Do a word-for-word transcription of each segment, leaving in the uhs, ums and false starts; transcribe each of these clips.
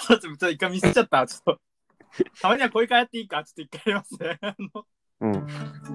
ちょっとちょっと一回見せちゃった。ちょっとたまにはこういう回やっていいか、ちょっと一回やりますね。あのうん。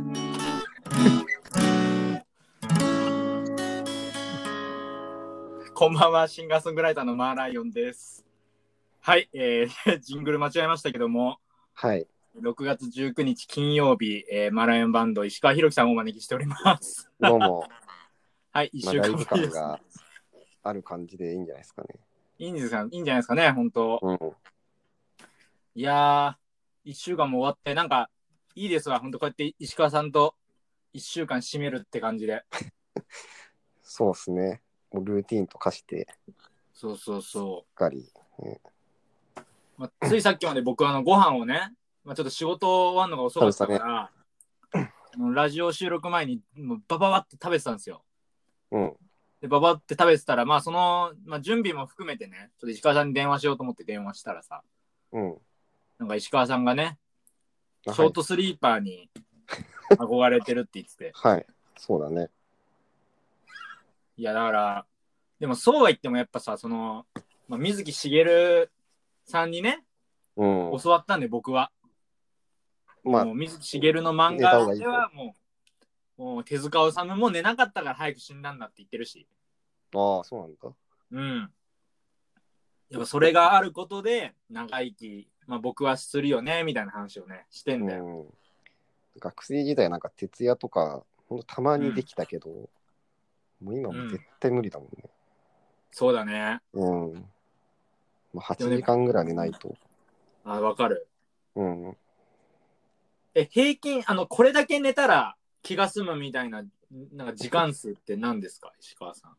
こんばんは、シンガーソングライターのマーライオンです。はい、えー、ジングル間違えましたけども、 はい。 ろくがつじゅうくにち金曜日、えー、マーライオンバンド石川博樹さんをお招きしております。 どうも。 はい、一まあ、 週ライブ間ぶりです。 感がある感じでいいんじゃないですかね。 いいんですか、いいんじゃないですかね、本当。 うん。 いやー、一週間も終わって、なんかいいですわ、本当こうやって石川さんと一週間締めるって感じで。 そうですね。もうルーティーンと化して、 そうそうそしっかり。 う。まあ、ついさっきまで僕はあのご飯をね、まあ、ちょっと仕事終わるのが遅かったから、ね、あのラジオ収録前にもうバババって食べてたんですよ。 うん。 で、ババって食べてたら、まあその、まあ、準備も含めてね、ちょっと石川さんに電話しようと思って電話したらさ、 うん。 なんか石川さんがね、 あ、 ショートスリーパーに憧れてるって言ってて。 はい。はい。そうだね。 いや、だから、でもそうは言ってもやっぱさ、その、まあ、水木しげるさんにね、 うん。 教わったんで僕は。 まあ、 もう水木しげるの漫寝た方がいいと。 画ではもう、もう手塚治虫も寝なかったから早く死んだんだって言ってるし。 ああ、そうなんだ。 うん。やっぱそれがあることで長生き、まあ、僕はするよねみたいな話をねしてんだよ。 うん。学生時代なんか徹夜とか、ほんとたまにできたけど、もう今もう絶対無理だもんね。 そうだね。 うん。まあ、8 でもね、 時間ぐらい寝ないと。 あ、わかる。 うん。 え、平均、あの、これだけ寝たら気が済むみたいな、なんか時間数って何ですか、石川さん。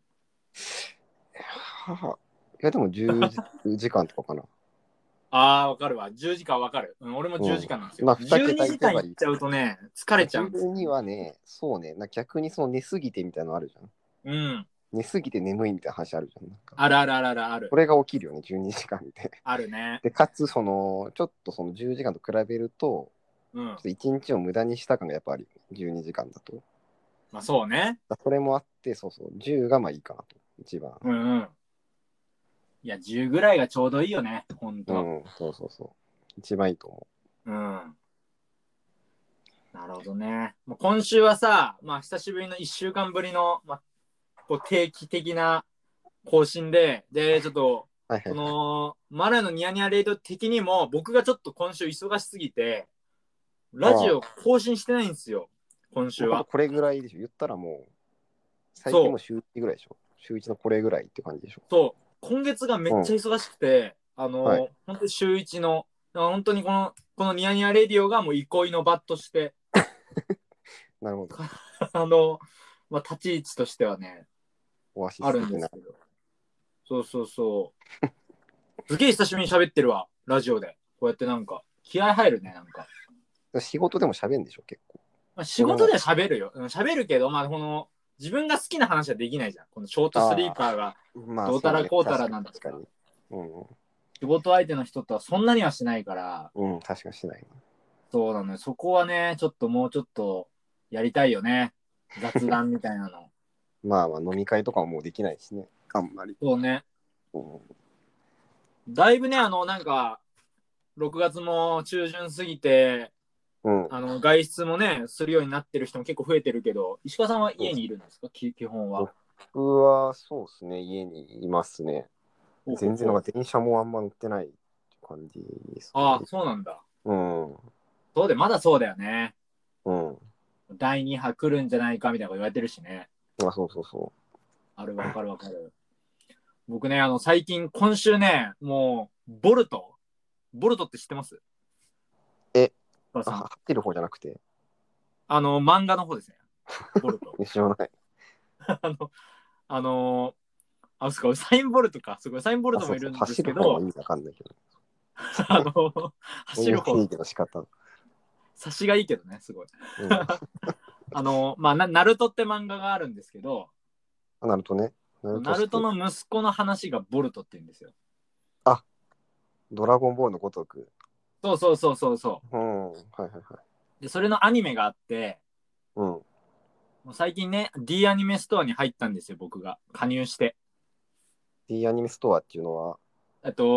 はあ、いやでもじゅうじかんとかかな。 ああ、わかるわ。じゅうじかんわかる。うん、俺もうん。 じゅうじかんなんですよ。 まあ、2 12 桁い時間いっけばいい。 ちゃうとね、疲れちゃうんですよ。 じゅうにはね、そうね、な逆にその寝すぎてみたいなのあるじゃん。 うん。 寝すぎて眠いみたいな話あるじゃん。なんかあるあるあるあるある。 これが起きるよね、じゅうにじかんで。 あるね。 で、かつ、その、ちょっとそのじゅうじかんと比べると、 うん。 ちょっといちにちを無駄にした感がやっぱりじゅうにじかんだと。 まあそうね。 それもあって、そうそう、じゅうがまあいいかなと、一番。 うんうん。いや、じゅうぐらいがちょうどいいよね。ほんと。 うん、そうそうそう。一番いいと思うん。なるほどね。もう今週はさ、まあ久しぶりのいっしゅうかんぶりの、まあ、こう定期的な更新で、で、ちょっと、 う。はいはこいはい。 の、マラのニヤニヤレイド的にも、僕がちょっと今週忙しすぎて、ラジああ、 オ更新してないんですよ。今週は。 もうほんとこれぐらいでしょ。言ったらもう、最近そう。 も週いちぐらいでしょ。週いちのこれぐらいって感じでしょ。 そう。今月がめっうん。 ちゃ忙しくて、あはい。 の、本当に週いちの、本当にこの、このニヤニヤレディオがもう憩いの場として、 なるほど。 あの、まあ、立ち位置としてはね、 オアシあス的な。 るんですけど。そうそうそう。すげえ久しぶりに喋ってるわ、ラジオで。こうやってなんか、気合入るね、なんか。 仕事でも喋るんでしょ、結構。 まあ、仕そうでもない。 事では喋るよ。喋るけど、まあ、この、自分が好きな話はできないじゃん。このショートスリーああ、 パーが、 まあどうたそうね。 らこうたら確かになんてさ、 確かに。うんうん。 仕事相手の人とはそんなにはしないから、 うん、確かにしない。 そうなのよ。そこはね、ちょっともうちょっとやりたいよね。雑談みたいなの。 まあまあ飲み会とかももうできないしね。あんまり。 そうね。 うん、 だいぶね、あの、なんか、ろくがつも中旬過ぎて、 うん。 あの外出もね、するようになってる人も結構増えてるけど、石川さんは家にいるんですか、き基本は。 僕はそうですね、家にいますね。 ほうほう全然なんほう。 か電車もあんま乗ってない感じですかね。 ああ、そうなんだ。 うん。 そうで、まだそうだよね。 うん。 だいに波来るんじゃないかみたいなこと言われてるしね。 あ、そうそうそある、わかるわかる。僕ね、あの、最近、今週ね、もう、ボルト。ボルトって知ってます？ う。え、あ、 石川さん。 走ってる方じゃなくて、 あの、漫画の方ですね。ボルト。 知らない。 あの、あのあ、そっか、ウサイン・ボルトか。すごい、ウサイン・ボルあ、そうそう。 トもいるんです走るけど、 方は意味わかんないけど。 あの、走る方、 運営の仕方。 差しがいいけどね、すごい。 うん。 あの、まあ、なナルトって漫画があるんですけど、 あ、なるとね。なるとナルトして。 の息子の話がボルトって言うんですよ。 あ、ドラゴンボールのごとく。 そうそうそうそうそうん。はいはいはい。 う。で、それのアニメがあって、 うん。 もう最近ね、D アニメストアに入ったんですよ、僕が。加入して。 D アニメストアっていうのは、 えっと、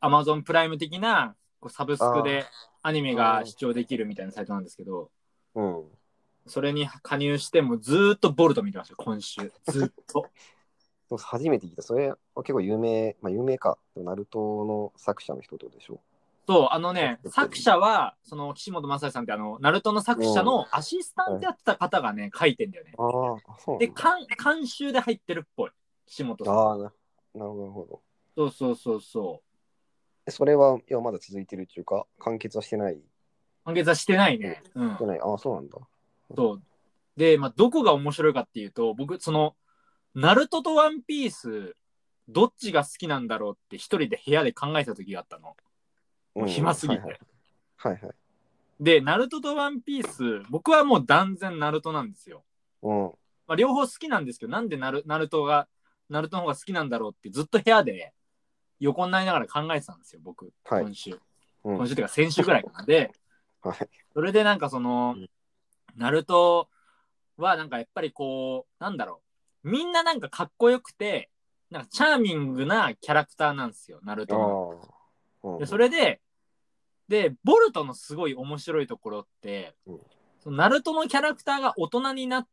Amazon プライム的なこうサブスクでアニメが視聴できるみたいなサイトなんですけど、 うん。 それに加入してもうずーっとボルト見てました、今週。ずっと。 そう初めて聞いた。それは結構有名、まあ有名か。ナルトの作者の人とでしょ。 そう、あのね、作者は、その岸本正也さんってあの、ナルトの作者のアシスタントやってた方がね、書いてんだよね。 ああ、そうで、 なんだ。 監修で入ってるっぽい、岸本さん。 ああ、な、なるほど、なるほど。 そうそうそうそう。 それは今まだ続いてるっていうか、完結はしてない。 完結はしてないね。うん。 してない。ああ、そうなんだ。 そう。で、まあ、どこが面白いかっていうと、僕、その、ナルトとワンピース、どっちが好きなんだろうって一人で部屋で考えた時があったの。もう暇すぎて。 うん、はいはい。はいはい。 で、ナルトとワンピース、僕はもう断然ナルトなんですよ。 うん。 まあ、両方好きなんですけど、なんでナルナルトが、ナルトの方が好きなんだろうってずっと部屋で横になりながら考えてたんですよ、僕、 はい、 今週。 うん、 今週っていうか先週ぐらいかな。で、 はい。 それでなんかその、ナルトはなんかやっぱりこう、なんだろう。みんななんかかっこよくて、なんかチャーミングなキャラクターなんですよ、ナルトの。 ああ、うん、 で、それで、で、ボルトのすごい面白いところって、 うん、 そのナルトのキャラクターが大人になって、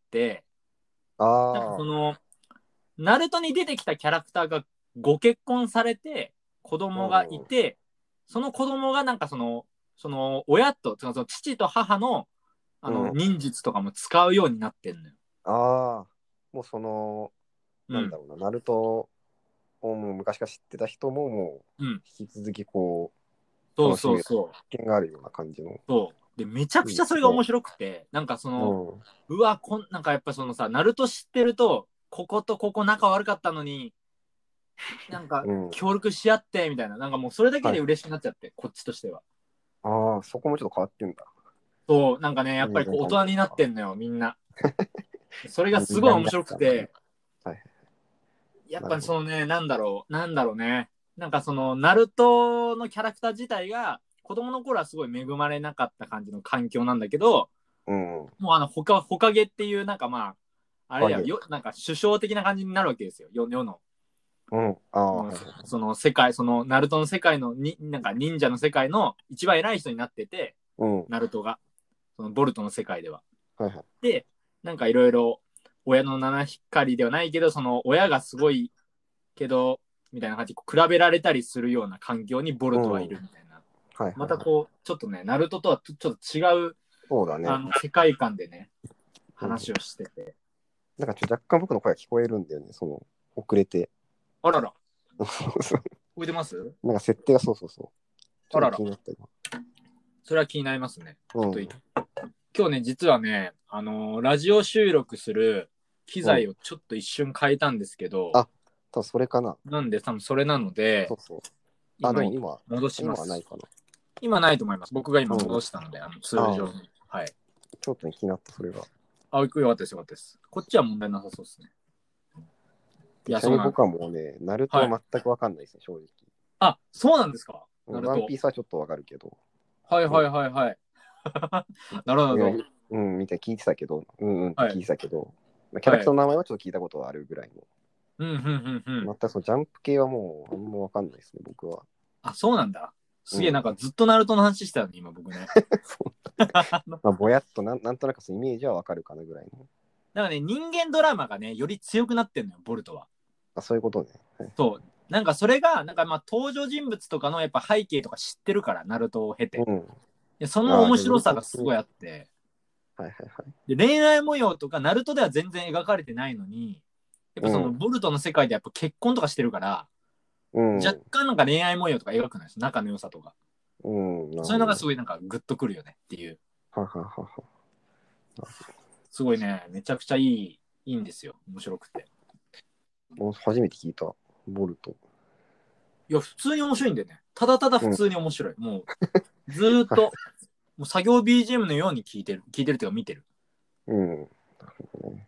なんかああ、 その、ナルトに出てきたキャラクターがご結婚されて、子供がいて、その子供がなんかその、その親と、その父と母の、あの、 うん、 忍術とかも使うようになってんのよ。 ああ、もうその、 うん。 なんだろうな、ナルトをもう昔から知ってた人ももううん。 引き続きこうそう楽しめるそうそう。 経験があるような感じの。 そう。で、めちゃくちゃそれが面白くて、なんかその、 うん、 うわ、こん、なんかやっぱそのさ、ナルト知ってると、こことここ仲悪かったのに、なんかうん、 協力し合って、みたいな。なんかもうそれだけはい。 で嬉しくなっちゃって、こっちとしては。 ああ、そこもちょっと変わってんだ。 そう、なんかね、やっぱりこ全然う大人になっ感じた。 てんのよ、みんな。それがすごい面みんなになったんだ。 白くて、 はい。 やっぱなるほど。 りそのね、なんだろう、なんだろうね。なんかその、ナルトのキャラクター自体が、子供の頃はすごい恵まれなかった感じの環境なんだけど、 うん。 もうあの、ほか、ほかげっていう、なんかまあ、あれや影。 よ、なんか首相的な感じになるわけですよ、世世の。 うん。ああ、 もうはいはい。 その世界、その、ナルトの世界のに、なんか忍者の世界の一番偉い人になってて、 うん。 ナルトが。そのボルトの世界では。 はいはい。 で、なんかいろいろ、親の七光ではないけど、その親がすごいけど、みたいな感じで比べられたりするような環境にボルトはいるみたいな。 はいはいはい。 またこう、ちょっとね、ナルトとはちょっと違うそうだね。 あの世界観でね、 うん。 話をしてて。 なんかちょっと若干僕の声が聞こえるんだよね。その、遅れて。 あらら、 そう、 覚えてます？ なんか設定がそうそうそう。ちょっとあらら、 気になった今。 それは気になりますね。ちょっとうん。 今日ね、実はね、あのーラジオ収録する機うん。 材をちょっと一瞬変えたんですけど、 あ、多分それかな。 なんで多分それなので、 そうそう。あ、で今も今、 戻します。 今はないかな。 今ないと思います。僕が今うん。 戻したので、あの通ああ、 常に。はい。 ちょっとね気になった、それが。 あ、よかったです、よかったです。こっちは問題なさそうですね。いや、 ちなみにそうなん僕はもうね、ナルトはい。 は全くわかんないですね、正直。 あ、そうなんですか。 うん、ワンナルト。 ピースはちょっとわかるけど。 はいはいうん。 はいはい。なるほいや、 ど。 うん、みたいに聞いてたけど、うんうんってはい。 聞いてたけど、キャラはい。 クターの名前はちょっと聞いたことはあるぐらいの。 うん、うん、うん、うん。 全くそのジャンプ系はもうあんまわかんないですね、僕は。 あ、そうなんだ。すげえ、 うん。 なんかずっとナルトの話してたのに、今僕ね。 そう。まあ、ぼやっとなん、なんとなくそのイメージはわかるかなぐらいの。 だからね、人間ドラマがね、より強くなってんのよ、ボルトは。 あ、そういうことね。はい、 そう。なんかそれが、なんかまあ登場人物とかのやっぱ背景とか知ってるから、ナルトを経て。 うん。 でそのああ、じゃあよ面白り本当に。 さがすごいあって、 はいはいはい。 で恋愛模様とか、ナルトでは全然描かれてないのに、やっぱそのうん。 ボルトの世界でやっぱ結婚とかしてるから、 うん。 若干なんか恋愛模様とか描くないです。仲の良さとか。 うん。なるそういうのがほどね。 すごいなんかグッとくるよねっていう。 はははは。 すごいね、めちゃくちゃいい、いいんですよ。面白くて。 もう初めて聞いた。ボルト。 いや、普通に面白いんだよね。ただただうん。 普通に面白い。もう、ずーっと、もう作業 ビージーエム のように聞いてる。聞いてるっていうか見てる。 うん。なるほどね。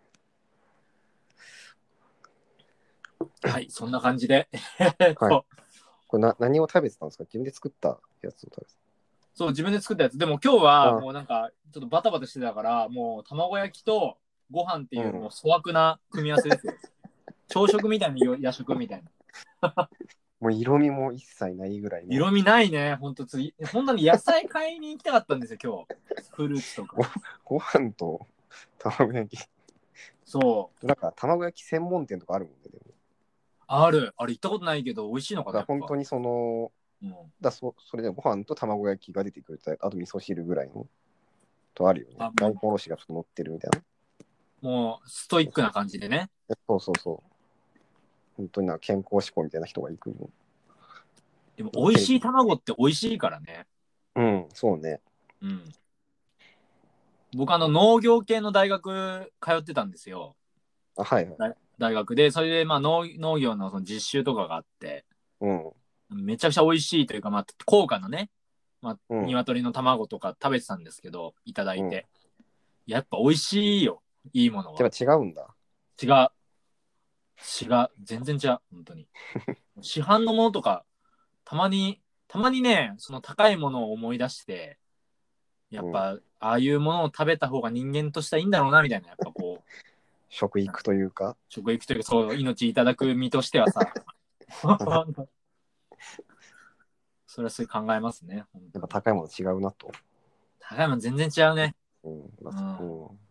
はい、そんな感じで。 はい。これな、何を食べてたんですか？自分で作ったやつを食べてそう、自分で作ったやつ。でも今日はた。あ、 もうなんか、ちょっとバタバタしてたから、もう卵焼きとご飯っていうもううん。 粗悪な組み合わせですよ。朝食みたいな夜食みたいな。 もう色味も一切ないぐらいの。 色味ないね、ほんとつい。本当に野菜買いに行きたかったんですよ、今日。フルーツとか。 ご飯と卵焼き。 そう。 なんか卵焼き専門店とかあるもんね。でもある。あれ行ったことないけど、美味しいのかな、 だから本当にその、 うん、 だ そ, それでご飯と卵焼きが出てくると、あと味噌汁ぐらいのとあるよね。大根おろしがちょっと乗ってるみたいな。 もうストイックな感じでね。 そうそうそう。本当になんか健康志向みたいな人が行くの。 でも美味しい卵って美味しいからね。 うん、そうね。 うん。僕あの農業系の大学通ってたんですよ。 あ、はいはい。 大学で、それでまあ農農業のその実習とかがあって、 うん。 めちゃくちゃ美味しいというか、まあ、高価なね、まあ、 うん、 鶏の卵とか食べてたんですけど、いただいうん。 て。やっぱ美味しいよ、いいものは。 やっぱ違うんだ。 違う。違う。全然違う。本当に。市販のものとか、たまに、たまにね、その高いものを思い出して、やっうん。 ぱ、ああいうものを食べた方が人間としてはいいんだろうな、みたいな、やっぱこう、 食育というか。 食育というか、そう、命いただく身としてはさ、それはそう考えますね。本当にやっぱ高いもの違うなと。 高いもの全然違うね。 うん。まうあ、うん。 ん。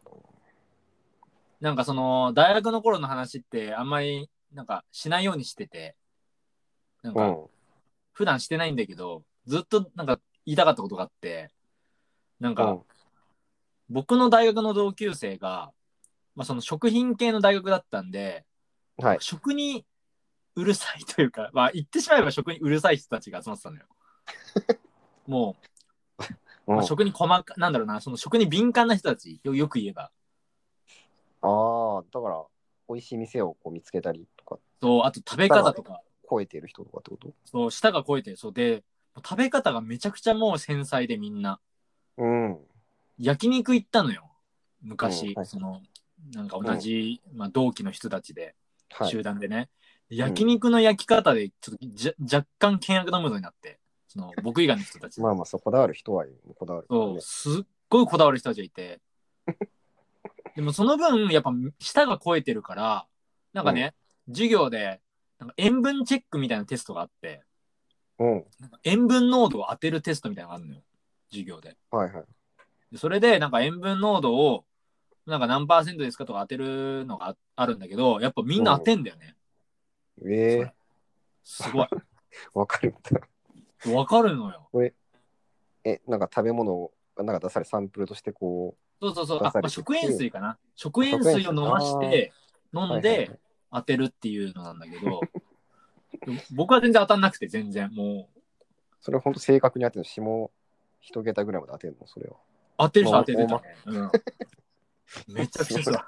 なんかその、大学の頃の話ってあんまり、なんかしないようにしてて、なんか、 うん。 普段してないんだけど、ずっとなんか言いたかったことがあって、なんか、 うん。 僕の大学の同級生が、まあその食品系の大学だったんで、 はい。 食にうるさいというか、まあ言ってしまえば食にうるさい人たちが集まってたのよ。もう、まあ、 うん。 食に細か、なんだろうな、その食に敏感な人たち、よよく言えば。 ああ、だから、美味しい店をこう見つけたりとか、 そう、あと食べ舌が方とか、 超えてる人とかってこと？ そう、舌が肥えて、そうで、食べ方がめちゃくちゃもう繊細でみんな。 うん。 焼肉行ったのよ。 うん。 昔、 はい。 その、なんかうん。 同じ、まあ、同期の人たちで、 はい。 集団でね。 うん。 焼肉の焼き方で、ちょっとじゃ若干険悪なムードになって、その、僕以外の人たちで。 まあまあ、そう、こだわる人はこだわるからそう、 ね。 すっごいこだわる人たちがいて、でもその分、やっぱ舌が肥えてるから、なんうん。 かね、授業で、なんか塩分チェックみたいなテストがあって、 うん。 なんか塩分濃度を当てるテストみたいなのがあるのよ。授業で。 はいはい。 でそれで、なんか塩分濃度を、なんか何パーセントですかとか当てるのがあるんだけど、やっぱみんな当うん。 てんだよね。それ。 ええすごい。 ー、わかるんだ。 わかるのよ。 これ、え、なんか食べ物がなんか出され、サンプルとしてこそうそうそう。あ、まあ、 う出されて食塩て、 水かな。食あ、 塩食塩水。あ水を飲ましあ、 て、飲んではいはいはい。 当てるっていうのなんだけど、僕は全然当たんなくて、全然。もう、 それを本当正確に当てるの、下一桁ぐらいまで当てるの、それは。 当てるまあ、 人当てて大ま、 たね。うん。めちゃくちゃそう。 すごい。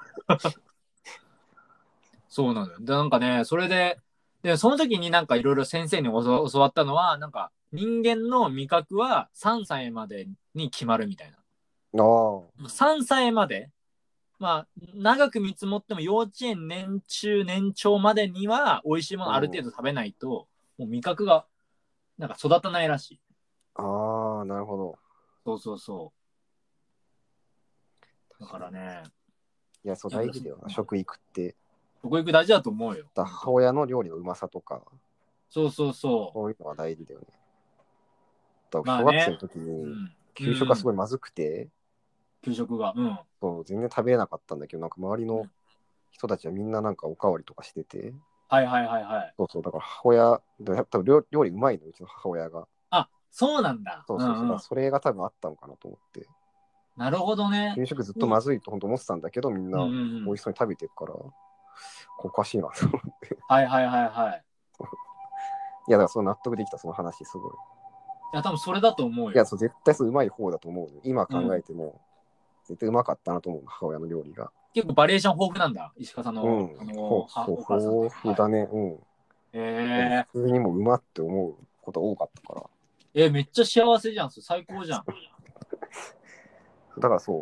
そうなのよ。で、なんかね、それで、で、その時になんかいろいろ先生に教教わったのは、なんか人間の味覚はさんさいまでに決まるみたいああ、 な。さんさいまで、まあ、長く見積もっても幼稚園年中年長までには美味しいものある程うん。 度食べないと、もう味覚がなんか育たないらしい。 ああ、なるほど。 そうそうそう。だからね、 いや、そう、 いや、 大事だよな、食育って。 食育大事だと思うよ。 だ母親の料理のうまさとか、 そうそうそう。 そういうのは大事だよね。だからまあね、 小学生の時に、 うん。う給食がすん。 ごいまずくて、 給食が。うん。 そう、全然食べれなかったんだけど、なんか周りのうん、 人たちはみんななんかおかわりとかしてて、 はいはいはいはい。 そうそう、だから母親、だ多分料料理うまいの、うちの母親が。 あ、そうなんだ。 そうそうそう、だうんうん。 からそれが多分あったのかなと思って。 なるほどね。 給食ずっとうんまずいと本当思ってたんだけど、みんうんうな美味ん。 しそうに食べてるから、おかしいなと思って。 はいはいはいはい。 いや、だからその納得できた、その話、すごい。 いや、多分それだと思ういや、 よ。 そう絶対そううまい方だと思うの。今考うん。 えても、絶対うまかったなと思う、母親の料理が。 結構バリエーション豊富なんだ。石川さんの、 うん、 あの、 ほは、 そう、 お母さんって。はい。 豊富だね。うん。だってえ普通にもううまって思うこと多かったから。 ー、え、めっちゃ幸せじゃん。それ最高じゃん。 だからそう、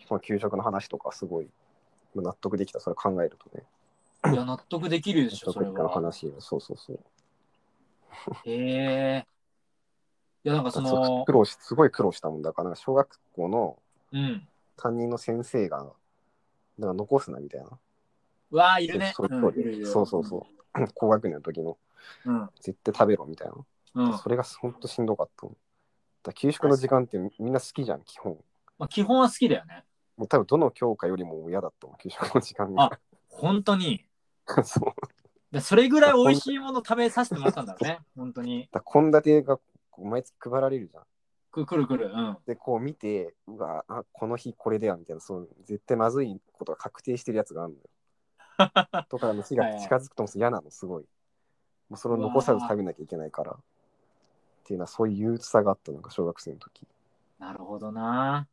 その給食の話とかすごい納得できた、それ考えるとね。 いや、納得できるでしょ、そ食育のれは。 話、そうそうそう。 へえ。いや、なんかそだからの、 苦労し、すごい苦労したもんだから、なんか小学校のうん。 担任の先生が、なんか残すなみたいな。 うわー、いるそうね。うん、 そういう人で、 いるいる。うん、 そうそうそう。高学年の時の。 うん。 絶対食べろみたいな。 うん。 それがほんとしんどかったもん。だから給食の時間ってみんな好きじゃん、基本。 まあ、基本は好きだよね。 もう多分どの教科よりも嫌だったもん、給食の時間あ、 が。 本当に。 そう。 でそれぐらい美だ味しいもの食べさせてもらったんだろうね。本当に。 献立がこう毎月配られるじゃん。 く、くるくる。うん。 で、こう見て、うわ、あ、この日これだよみたいな、そう絶対まずいことが確定してるやつがあるのよ。とかの日がはいはい。 近づくとも嫌なの、すごい。もうそれをう残さずわ食べなきゃいけないから。っていうのは、そういう憂鬱さがあったのが小学生の時。 ー、なるほどな。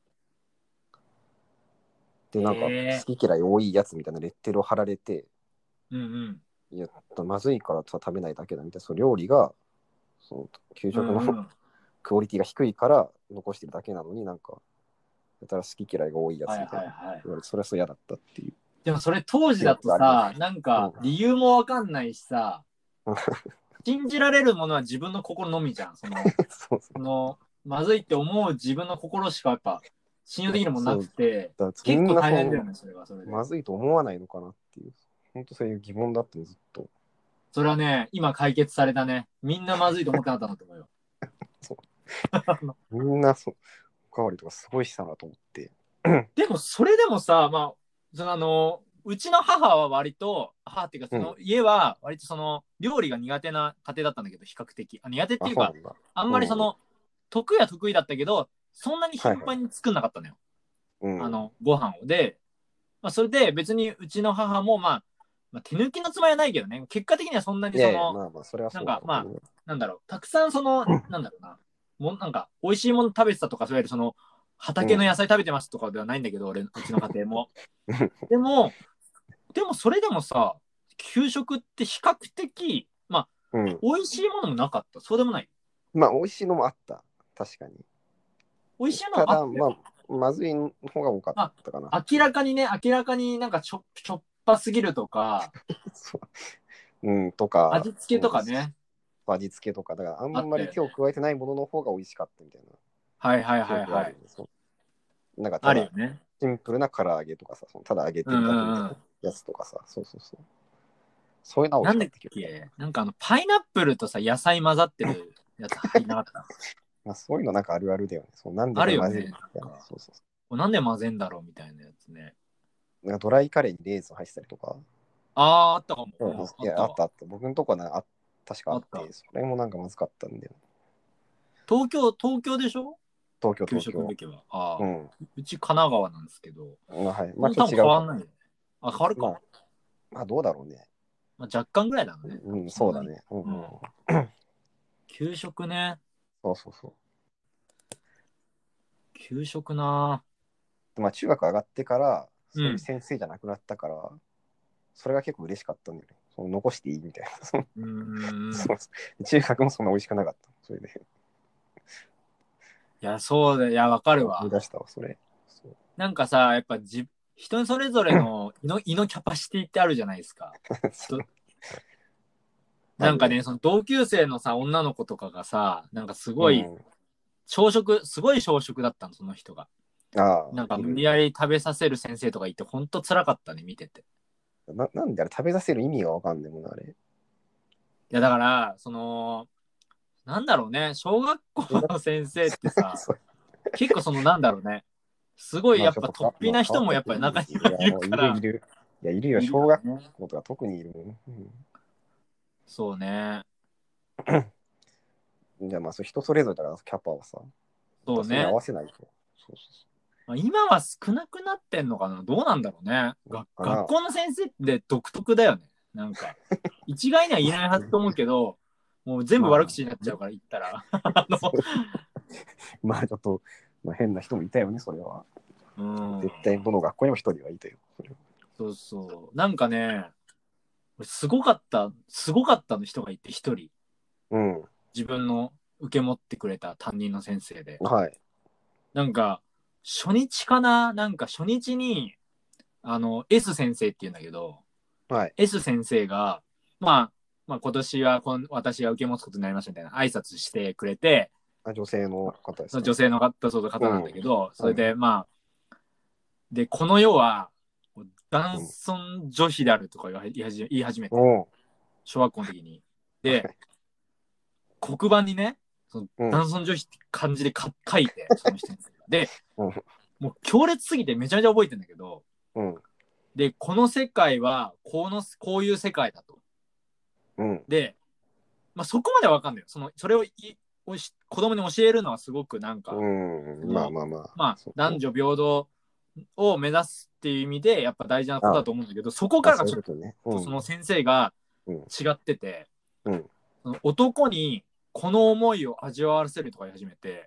で、なんか、 ええ好き嫌い多いやつみたいなレッテルを貼られて、 ー。うんいや、まずいから食べないだけだみたいな、その料理が、その給うん。う食のんうん。 クオリティが低いから残してるだけなのになんか、やたら好き嫌いが多いやはいつみたいな。 はいはい。 言われて、それはそう嫌だったっていうでもそれ当時記だと憶があります。 さ、なんかうん。 理由もわかんないしさ、信じられるものは自分の心のみじゃん。その、 そうそその、まずいって思う自分の心しかやっぱ信用できるもう。 のなそう。 くて、 だみ結構んなその、 大変だよね、それはそれで。 まずいと思わないのかなっていう、本当そういう疑問だったの、ずっと。 それはね、今解決されたね。みんなまずいと思ってなかったんだと思うよ。 そう。みんなそう、おかわりとかすごいしたなと思って。 でもそれでもさ、まあ、そのあの、うちの母は割と、母っていうかそうん。 の家は割とその料理が苦手な家庭だったんだけど、比較的。あ、苦手ってあ、 いうか、 そうなんだ。 あんうん。 まりその、得意は得意だったけど、そんなに頻はいはい。 繁に作んなかったのよ。 うん。 あの、ご飯を。で、まあ、それで別にうちの母も、まあ、まあ、手抜きのつもりはないけどね、結果的にはそんないやいや、 にその、 まあまあ、それはなんか、 そうだろうけどまあ、 ね。 なんだろう、たくさんその、なんだろうな、もなんか、美味しいもの食べてたとか、そういうその、畑の野菜食べてますとかではないんだけど、俺、うちの家庭も。でも、でもそれでもさ、給食って比較的、まあ、 うん。 美味しいものもなかった。そうでもない。 まあ、美味しいのもあった。確かに。 美味しいもただ、 のあったよ。 まあ、まずい方が多かっまたかな。 あ、明らかにね、明らかになんかちょ、ちょっぱすぎるとか、 そう。うん、とか、 味付けうん、 とかね、 味付けとか、だからああんまり手をったよね。 加えてないものの方が美味しかったみたいなはいはい記はいはい。 憶があるんです。なんかただ、 あるよね。 シンプルな唐揚げとかさ、そのただ揚げうんうてるだけみたいなんうん。 やつとかさ、そうそうそう。そういうのは美味しかなんだっった記憶がある。 けなんかあの、パイナップルとさ、野菜混ざってるやつ入んなかった。 まあ、そういうのなんかあるあるだよね。そうなんでこれ混ぜるあるよね。 みたいな。 なんか、 そうそうそなんで混ぜんだろうみたいなやつね。 う。なんかドライカレーにレーズン入ってたりとか。 あー、あったかも。 うん、 うん、あいや、 ったわ。 あったあった。僕のとこはなあ確かああった。 って、それもなんかまずかったんだよ。 東京、東京でしょ東京、 給東京。 食の時は。ああ。 うん。 うち神奈川なんですけど。 まあ、はい。まあ、 もう多分ちょっと違うかも。 変わんないよね。あ、変わるか。 まあ、まあ、どうだろうね。 まあ、若干ぐらいだろうね。多うん、 分そんなに。 そうだね。うん、うん。 うん。給食ね。 そうそうそ給食なう。まあ、中学上がってから、 ぁ。うそういうん。 先生じゃなくなったから、それが結構嬉しかったんだよね。その残していいみたいな。そううーん。 そうそう中学もそんな美味しくなかった。それで。 いや、そうだ。いや、わかるわ。 思い出したわ、それ。そうなんかさ、やっぱじ、人それぞれの胃の胃のキャパシティってあるじゃないですか。とあるね。 なんかね、その同級生のさ、女の子とかがさ、なんかすごい、 うん。 小食、すごい小食だったの、その人が。 ああ、 なんかいる。 無理やり食べさせる先生とかいて、ほんと辛かったね、見てて。 ななんであれ食べさせる意味がわかんないもんな、あれ。 いや、だから、その、なんだろうね、小学校中学の先生ってさ、 そう結構その、なんだろうね、すごいまあやっぱ突ちょっとか、まあ飛な人も変わった人やっぱり中にいる。いや、 はいるから、 いるいる。いや、いるよ。 いる小学よね。 校とか特にいるもん。 そうね。 うん、じゃあまあ、それ人それぞれだから、キャパはさ。だからそれに合そうね。 わせないと。そうそうそまあ、今は少なくなってんのかな、どうなんだろうね。がう。かな。 学校の先生って独特だよね。なんか、一概には言えないはずと思うけど、もう全部まあ、 悪口になっちゃうから言ったら。あの、 まあちょっと、まあ、変な人もいたよね、それは。 うん。 絶対どの学校にも一人はいたよ。それはそうそう。なんかね、すごかった、すごかったの人がいて、一人。 うん。 自分の受け持ってくれた担任の先生で。 はい。 なんか、初日かななんか初日に、あの、S 先生っていうんだけど、 はい。 S 先生が、まあ、まあ、今年はこん私が受け持つことになりましたみたいな挨拶してくれて、 あ、女性の方ですか。 その女性の方、そう方なんうん。 だけど、それはい。 でまあ、で、この世は男うん。 尊女卑であるとか言い始めて、 おう。 小学校の時に。 で、黒板にね、そのうん男尊女卑って漢字でか書いて、その人に。で、 うんもう強烈すぎてめちゃめちゃ覚えてんだけど、 うんで、この世界はこの、こういう世界だと。 うんで、まあ、そこまではわかんないよ。その、それをいおし子供に教えるのはすごくなんか、 うんまあまあまあ。 まあそう、 男女平等を目指すっていう意味で、やっぱ大事なことだと思うんだけど、そこかあ、 らがちょっそういうことね。うんとその先生がうん違ってて、 うんその男にこの思いを味わわせるとか言い始めて、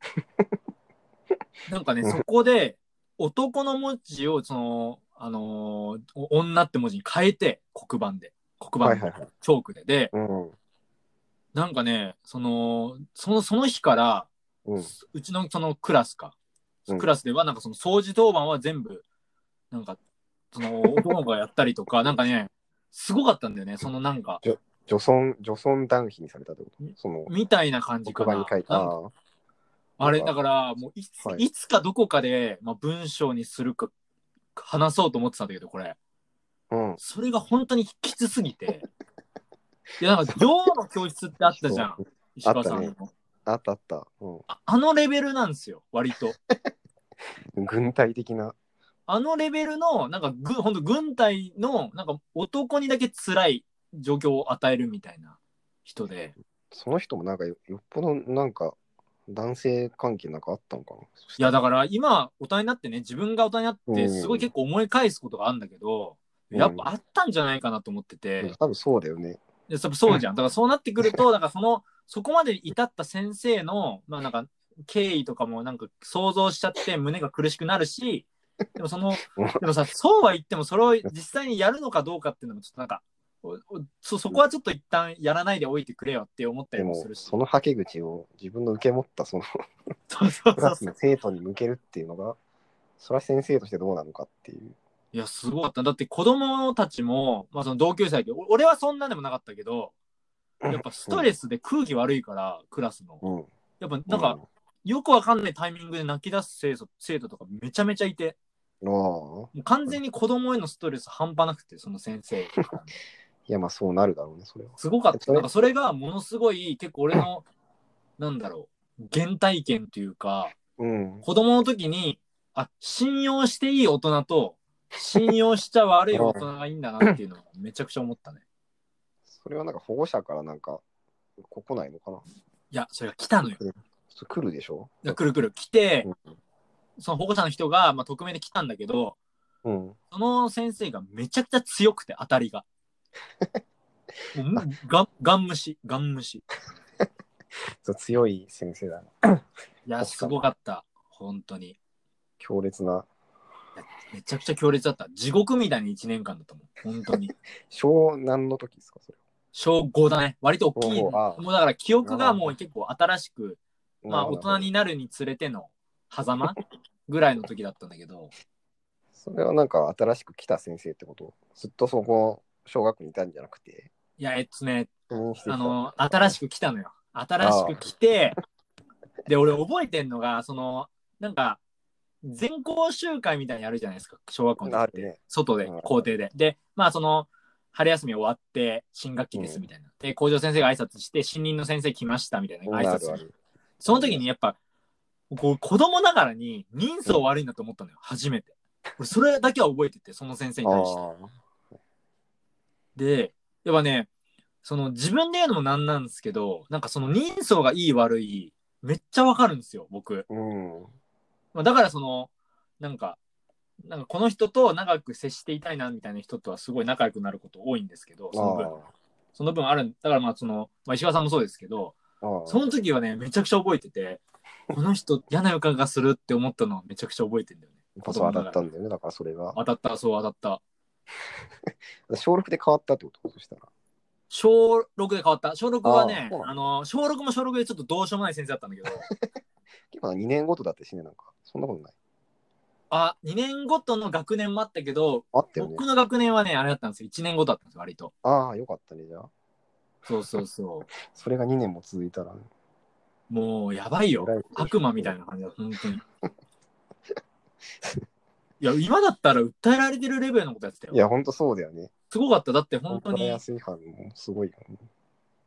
なんかね、そこで男の文字をその、あのー女って文字に変えて、黒板で、黒板のはいはいはい。 チョークで。で、 うんなんかね、その、その、その日から、 うんうちのそのクラスか、 うんクラスではなんかその掃除当番は全部、なんか、その男の子がやったりとか、なんかね、すごかったんだよね、そのなんか、 女女尊女尊男卑にされたってことそのみたいな感じかな。 黒板に書いた。 なんかああ、 あれ、だから、もういつ、 はいいつかどこかで、まあ、文章にするか、話そうと思ってたんだけど、これ。 うんそれが本当にきつすぎて。いや、なんか、寮の教室ってあったじゃん。石川さんの。 あったねあったあった。うああのレベルなんですよ、割と。 ん。軍隊的な。 あのレベルの、なんかぐ、ほんと軍隊の、なんか男にだけ辛い状況を与えるみたいな人で。 その人もなんかよよっぽどなんか男性関係なんかあったのかな。いいや、だから今、大人になってね、自分が大人になって、 うんすごい結構思い返すことがあるんだけど、 うんやっぱあったんじゃないかなと思ってて、 多分そうだよね。 いや、そうじゃん。だからそうなってくると、だからその、そこまで至った先生の、まあなんか、経緯とかもなんか想像しちゃって胸が苦しくなるし、でもその、でもさ、そうは言ってもそれを実際にやるのかどうかっていうのもちょっとなんか、おおそそこはちょっと一旦やらないでおいてくれよって思ったでもりもするし。 そのはけ口を自分の受け持ったそのそうそうクラスそうそう。 の生徒に向けるっていうのが、それは先生としてどうなのかっていう。 いや、すごかった。だって子供たちも、まあその同級生だけど、お俺はそんなでもなかったけど、やっぱストレスで空気悪いから、クラスの。 うん。 やっぱなんか、よくわかんないタイミングで泣き出す生徒生徒とかめちゃめちゃいて、 うん、ああ。 もう完全に子供へのストレス半端なくて、その先生からの。 いや、まあそうなるだろうね、それは。 すごかった。 それなんかそれがものすごい、結構俺の、なんだろう、原体験というか、 うん。 子供の時に、あ、信用していい大人と、信用しちゃ悪い大人がいいんだなっていうのをめちゃくちゃ思ったね。 それはなんか保護者からなんか、ここないのかな。 いや、それが来たのよ。 来るでしょ。 いや、来る来る。来て、 うんその保護者の人が、まあ、匿名で来たんだけど、 うん。 その先生がめちゃくちゃ強くて、当たりが。もうガガン虫、ガン虫。 そう強い先生だな。 いや、すごかった。本当に。 強烈な。 めちゃくちゃ強烈だった。地獄みたいにいちねんかんだったもん。本当に。 小何の時ですか、それ。 小ごだね。割と大きい。 おうああもうだから記憶がもう結構新しく、まあ大なるほど人になるにつれての狭間ぐらいの時だったんだけど。 それはなんか新しく来た先生ってこと？ずっとそこ、小学校にいたんじゃなくて。 いや、えっとね、 赴任してきたあの、新しく来たのよ。新しく来て、で、俺覚えてんのが、その、なんか、全校集会みたいにやるじゃないですか、小学校の時って。 ね、 外で、校庭で。で、まあ、その、春休み終わって、新学期ですみたいな。うん、で、校長先生が挨拶して、新任の先生来ましたみたいな挨拶する。あるあるその時にやっぱ、こう子供ながらに人相悪いなと思ったのよ、うん、初めて。俺、それだけは覚えてて、その先生に対して。で、やっぱね、その自分で言うのもなんなんですけど、なんかその人相がいい悪い、めっちゃわかるんですよ、僕。 うんまあ、だからその、なんか、なんかこの人と長く接していたいなみたいな人とはすごい仲良くなること多いんですけど、その分、その分ある、だからまあその、まあ、石川さんもそうですけど、その時はね、めちゃくちゃ覚えてて、この人嫌な予感がするって思ったのはめちゃくちゃ覚えてるんだよね。 そう当たったんだよね、だからそれが。 当たった、そう当たった。 小ろくで変わったってことそしたら。 小ろくで変わった。小ろくはね、あ, あの、小ろくも小ろくでちょっとどうしようもない先生だったんだけど。 結構にねんごとだってしね、なんか。そんなことない。 あ、にねんごとの学年もあったけど、 あったよね、 僕の学年はね、あれだったんですよ。いちねんごとだったんですよ、割と。 ああ、よかったね、じゃあ。 そうそうそう。 それがにねんも続いたら、ね、 もうやばいよ。悪魔みたいな感じだ、本当に。いや、今だったら訴えられてるレベルのことやってたよ。 いや、本当そうだよね。 すごかった。だって本当に。 安い犯もすごいよね。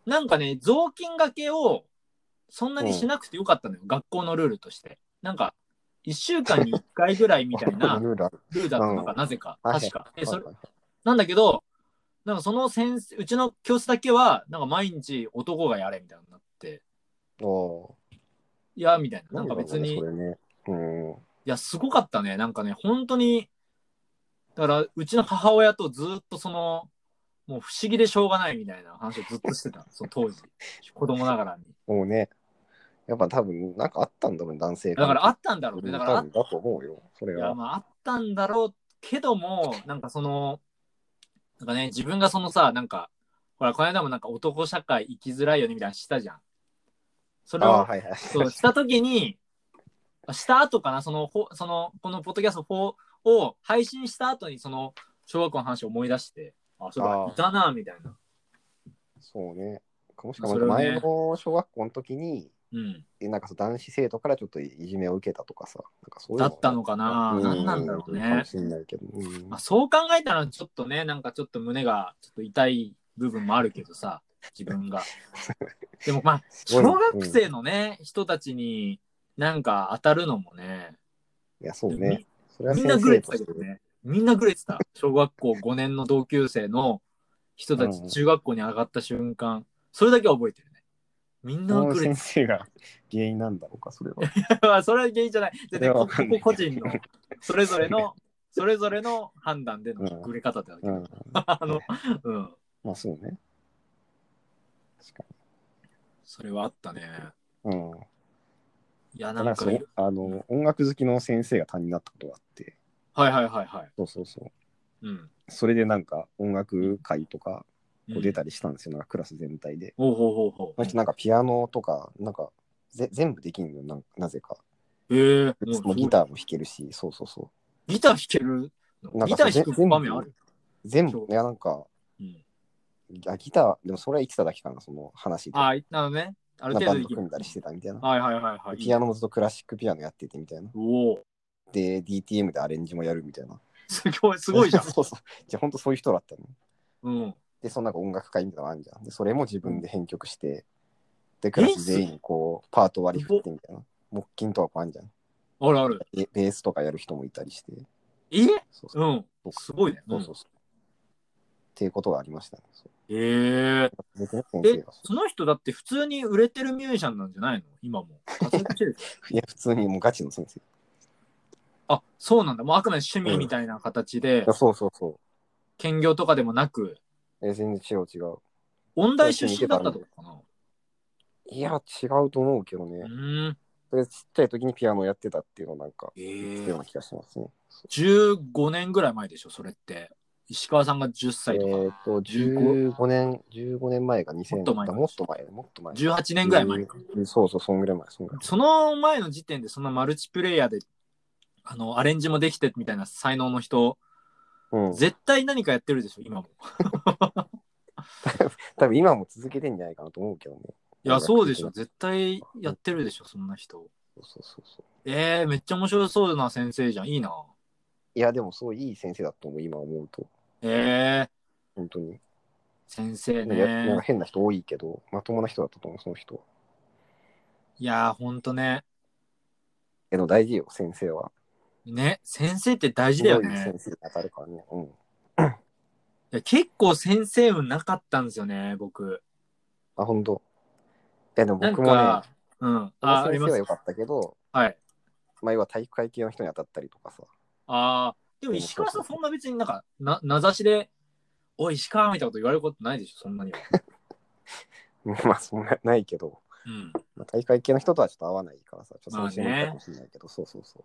なんかね、雑巾掛けをそんなにしなくてよかったのよ、うん、学校のルールとして。なんか、いっしゅうかんにいっかいぐらいみたいなルールだったのか、なぜか。確か。え、それ、なんだけど、なんかその先生、うちの教室だけは、なんか毎日男がやれみたいになって。おいや、みたいな。なんか別に。ねうん、いや、すごかったね。なんかね、本当に、だから、うちの母親とずっとその、もう不思議でしょうがないみたいな話をずっとしてた。その当時、子供ながらに。 もうね、やっぱ多分、なんかあったんだろうね、男性だからあったんだろうね。だからあっだと思うよ、それは。 いや、まああったんだろうけども、なんかその、なんかね、自分がそのさ、なんか、ほら、この間もなんか男社会生きづらいよねみたいなしたじゃん。それを、はいはい、そうしたときに、した後かな、その、その、このポッドキャストよんを配信した後に、その、小学校の話を思い出して、あ、そうだ、いたな、みたいな。 そうね。もしかも前の小学校の時に、ね、うん、なんか男子生徒からちょっといじめを受けたとかさ、なんかそういうのだったのかな、うん、何なんだろうね。 かもしれないけど、うん、 まあ、そう考えたらちょっとね、なんかちょっと胸がちょっと痛い部分もあるけどさ、自分が。でもまあ、小学生のね、うん、人たちになんか当たるのもね。 いや、そうね。 それはみんなグレてたけどね。みんなグレてた。小学校ごねんの同級生の人たち、中学校に上がった瞬間、それだけは覚えてるね。みんなグレてた。 先生が原因なんだろうか、それは。 それは原因じゃない。でね、ここ個人の、それぞれの、それぞれの判断でのグレ方ってだけど、うん、あの、うん。 まあそうね。 確かに。それはあったね。 うん。 いや、なんかそあの、音楽好きの先生が担任になったことがあって。 はいはいはいはい。 そうそうそう。うん。それでなんか音楽会とかこう出たりしたんですよ、うん、なんかクラス全体で。 ほうほうほうほう。 その人なんかピアノとか、なんかぜ全部できんのな、なぜか。 へえー。もうギターも弾けるし、そうそうそう。 ギター弾けるの？ギター弾く場面ある？ 全部、いやなんか、うん、あギター、でもそれは言ってただけかな、その話で。 ああ、なるほどね。ある程度バンド組んだりしてたみたいな。 はいはいはいはい。 ピアノもずっとクラシックピアノやっててみたいな。 おで、ディーティーエム でアレンジもやるみたいな。 すごい、すごいじゃん。 そうそう。じゃあ本当そういう人だったの。 うん。 で、そのなんか音楽会みたいなのあるじゃん。で、それも自分で編曲して、で、クラス全員こう、パート割り振ってみたいな。木琴とかもあるじゃん。 あるある。 ベースとかやる人もいたりして。 えそうそう、うん。すごいね。 そうそうそう。っていうことがありましたね。 へえ。え、その人だって普通に売れてるミュージシャンなんじゃないの？今も。 いや、普通にもうガチの先生。 あ、そうなんだ。もうあくまで趣味みたいな形で。 うん、そうそうそう。 兼業とかでもなく。 え、全然違う違う。 音大出身だったとかかな？ いや、違うと思うけどね。うん。それちっちゃい時にピアノやってたっていうのなんか、言ってたような気がしますね。 じゅうごねんぐらい前でしょ、それって。石川さんがじゅっさいとか。 えっと、じゅうごねん、じゅうごねんまえがにせんねん。もっと前。もっと前。もっと前。 じゅうはちねんぐらい前か。 そうそう、そんぐらい前。そんぐらい前。 その前の時点でそんなマルチプレイヤーで、あの、アレンジもできてみたいな才能の人、うん、絶対何かやってるでしょ、今も。 多分今も続けてんじゃないかなと思うけどね。 いや、そうでしょ。絶対やってるでしょ、そんな人。 そうそうそうそう。 えー、めっちゃ面白そうな先生じゃん。いいな。 いや、でもそういい先生だと思う、今思うと。 えー。 本当に。 先生ね。 なんか変な人多いけど、まともな人だったと思う、その人は。 いやー、ほんとね。 けど大事よ、先生は。 ね、先生って大事だよね。 先生に当たるからね。うん。いや結構先生運なかったんですよね、僕。 あ、ほんと。いや、でも僕もね、 うん。 あ、先生は良かったけど、 はい。 まあ、要は体育会系の人に当たったりとかさ。 ああ、でも石川さんそんな別になんか、な、名指しで、おい、石川みたいなこと言われることないでしょ、そんなには。 まあ、そんなないけど、うん。まあ、体育会系の人とはちょっと合わないからさ、ちょっとそうしないかもしれないけど、まあね、そうそうそう。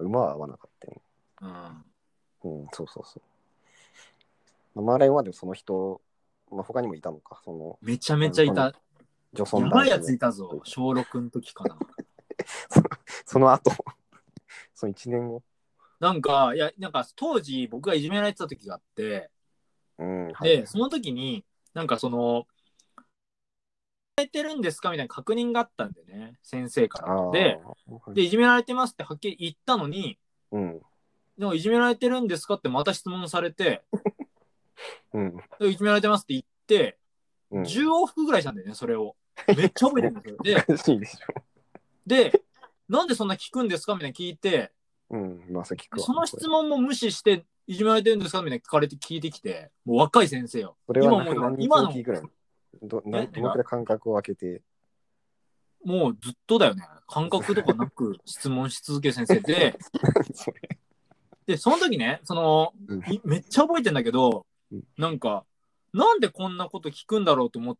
馬は合わなかったよね。うん。うん、そうそうそう。マーライオンはでもその人、まあ、他にもいたのか、その。 めちゃめちゃいた。女装やばいやついたぞ、小ろくの時かな。 そ, その後、そのいちねんご。 なんか、いや、なんか当時僕がいじめられてた時があって、うん、はい、で、その時に、なんかその、いじめられてるんですかみたいな確認があったんでね、先生から。で、で、いじめられてますってはっきり言ったのに、うん、でもいじめられてるんですかってまた質問されて、うん、いじめられてますって言って、 じゅう往復ぐらいしたんだよね、それを。めっちゃ覚えてるんですよ。で、 おかしいでしょ。 で、なんでそんな聞くんですかみたいな聞いて、 うん、まあ、そ聞くわ。 その質問も無視して、いじめられてるんですかみたいな聞かれて聞いてきて、もう若い先生よ。 それは今も何今の日おきぐらいどなえどのくらい間隔を空けて。 もうずっとだよね。感覚とかなく質問し続ける先生で、 それで、その時ね、その、 うんめっちゃ覚えてんだけど、 うんなんか、なんでこんなこと聞くんだろうと思って、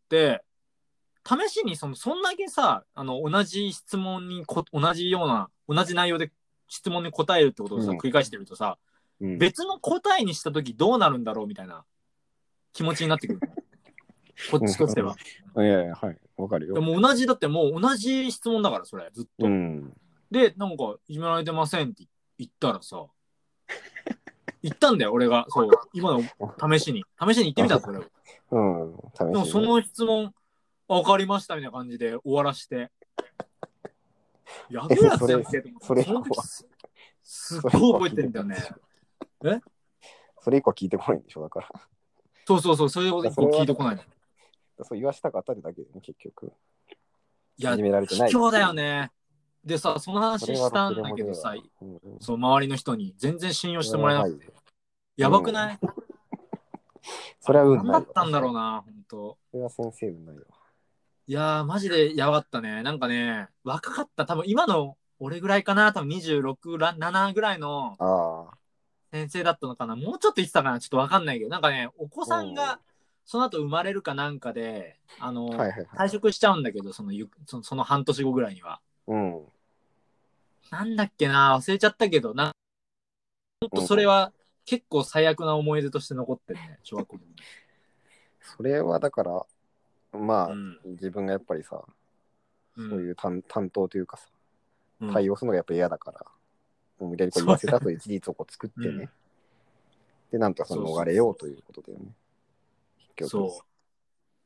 試しにその、そんだけさ、あの、同じ質問にこ、同じような、同じ内容で質問に答えるってことをさ、 うん繰り返してるとさ、 うん、 別の答えにした時どうなるんだろうみたいな気持ちになってくる。こっちとしては。 うん、いやいや、はい、わかるよ。 でも同じ、だってもう同じ質問だから、それ、ずっと。 うん、 で、なんか、いじめられてませんって言ったらさ、言ったんだよ、俺が。そう、今の試しに。試しに言ってみた、それを。 うん、試しにね。 でもその質問、わかりましたみたいな感じで終わらして。やべえやつやんけと思って。 それその時す、すっごい覚えてんだよね。えそれ以降聞いてこないんでしょ、だから。 そうそうそう、そういうこと以降聞いてこないの。 そう言わしたかったってだけでね、結局。 いや、 いじめられてない卑怯だよね。でさ、その話したんだけどさ、 うんうん、 そう、周りの人に全然信用してもらえなくて。やばくない、うん、 それは運ない。 何だったんだろうな、ほんと。 それは先生運ないわ。 いやー、マジでやばかったね。なんかね、若かった。多分今の俺ぐらいかな。多分にじゅうろく、ななぐらいの先生だったのかな。もうちょっと言ってたかな。ちょっとわかんないけど、なんかね、お子さんがその後生まれるかなんかで、あの、はいはいはい、退職しちゃうんだけど、その、その、その半年後ぐらいには。うん。なんだっけな、忘れちゃったけど、な、ほんとそれは結構最悪な思い出として残ってるね、小学校で。 それはだから、まあ、うん、自分がやっぱりさ、そういう担当というかさ、うん、対応するのがやっぱり嫌だから、もう無理やりこう言わせたという事実をこう作ってね、うん、で、なんとかその逃れようということだよね。そう。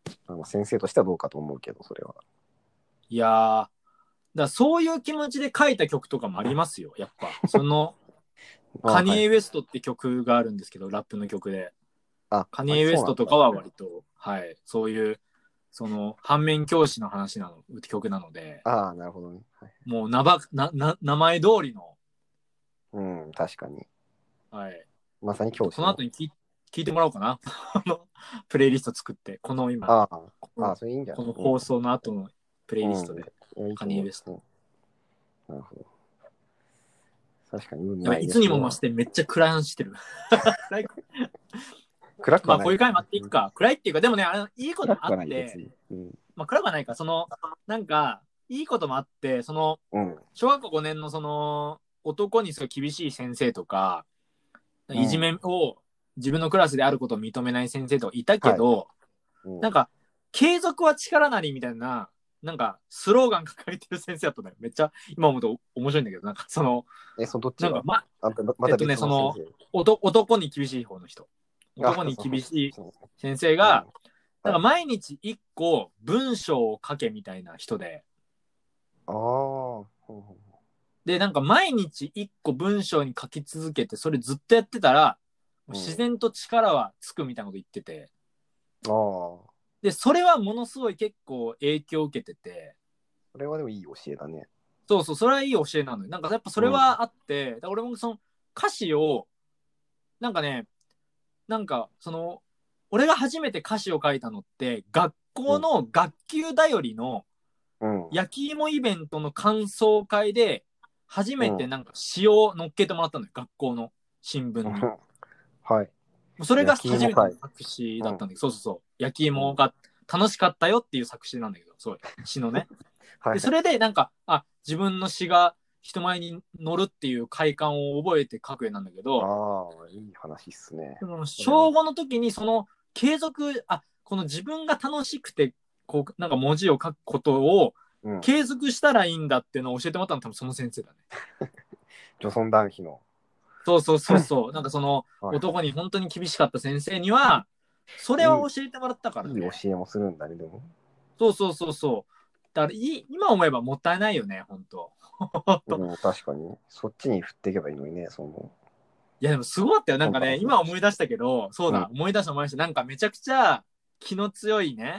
あの先生としてはどうかと思うけど、それは。いやー、だそういう気持ちで書いた曲とかもありますよ、やっぱ。その、カニエ・ウェストって曲があるんですけど、ラップの曲で。あ、カニエ・ウェストとかは割と、はい、そういう、その、反面教師の話なの、曲なので。ああ、なるほどね。はい、もうなばなな、名前通りの。うん、確かに。はい。まさに教師。この後に聞聞いてもらおうかな。プレイリスト作って、この今、あああそれいいんじゃない、この放送の後のプレイリストで、うん、カニエ・ウェスト。なるほど。確かに運ない。いつにも増してめっちゃ暗い話してる。暗くはない。まあこういう回もあっていくか。暗いっていうか、でもね、あのいいこともあって、うん、まあ暗くはないか。その、なんか、いいこともあって、その、うん、小学校ごねんのその、男にすごい厳しい先生とか、いじめを自分のクラスであることを認めない先生とかいたけど、はいうん、なんか、継続は力なりみたいな、なんか、スローガン掲げてる先生だったのよ。めっちゃ、今思うと面白いんだけど、なんか、その、え、そのどっちなんか、ま、あまえっとね、その、男に厳しい方の人。男に厳しい先生が、なんか毎日一個文章を書けみたいな人で。ああ。で、なんか毎日一個文章に書き続けて、それずっとやってたら、自然と力はつくみたいなこと言ってて。ああ。で、それはものすごい結構影響を受けてて。それはでもいい教えだね。そうそう、それはいい教えなのよ。なんかやっぱそれはあって、うん、だ俺もその歌詞を、なんかね、なんかその、俺が初めて歌詞を書いたのって、学校の学級だよりの焼き芋イベントの感想会で、初めてなんか詩を載っけてもらったのよ、学校の新聞に。はい。それが初めての作詞だったんだけど、そうそうそう。焼き芋が楽しかったよっていう作詞なんだけど、そう詩のね。でそれでなんか、あ、自分の詩が人前に乗るっていう快感を覚えて書く絵なんだけど、ああ、いい話っすね。小ごの時にその継続、あ、この自分が楽しくて、こう、なんか文字を書くことを継続したらいいんだっていうのを教えてもらったの多分その先生だね。女尊男卑の。そうそうそうそう。なんかその男に本当に厳しかった先生には、それを教えてもらったからね。いい教えもするんだね、でも。そうそうそうそう。だからい今思えばもったいないよね、本当。うん、確かに。そっちに振っていけばいいのにね、その。いやでもすごかったよ。なんかね、今思い出したけど、そうだ、うん、思い出した思い出した。なんかめちゃくちゃ気の強いね、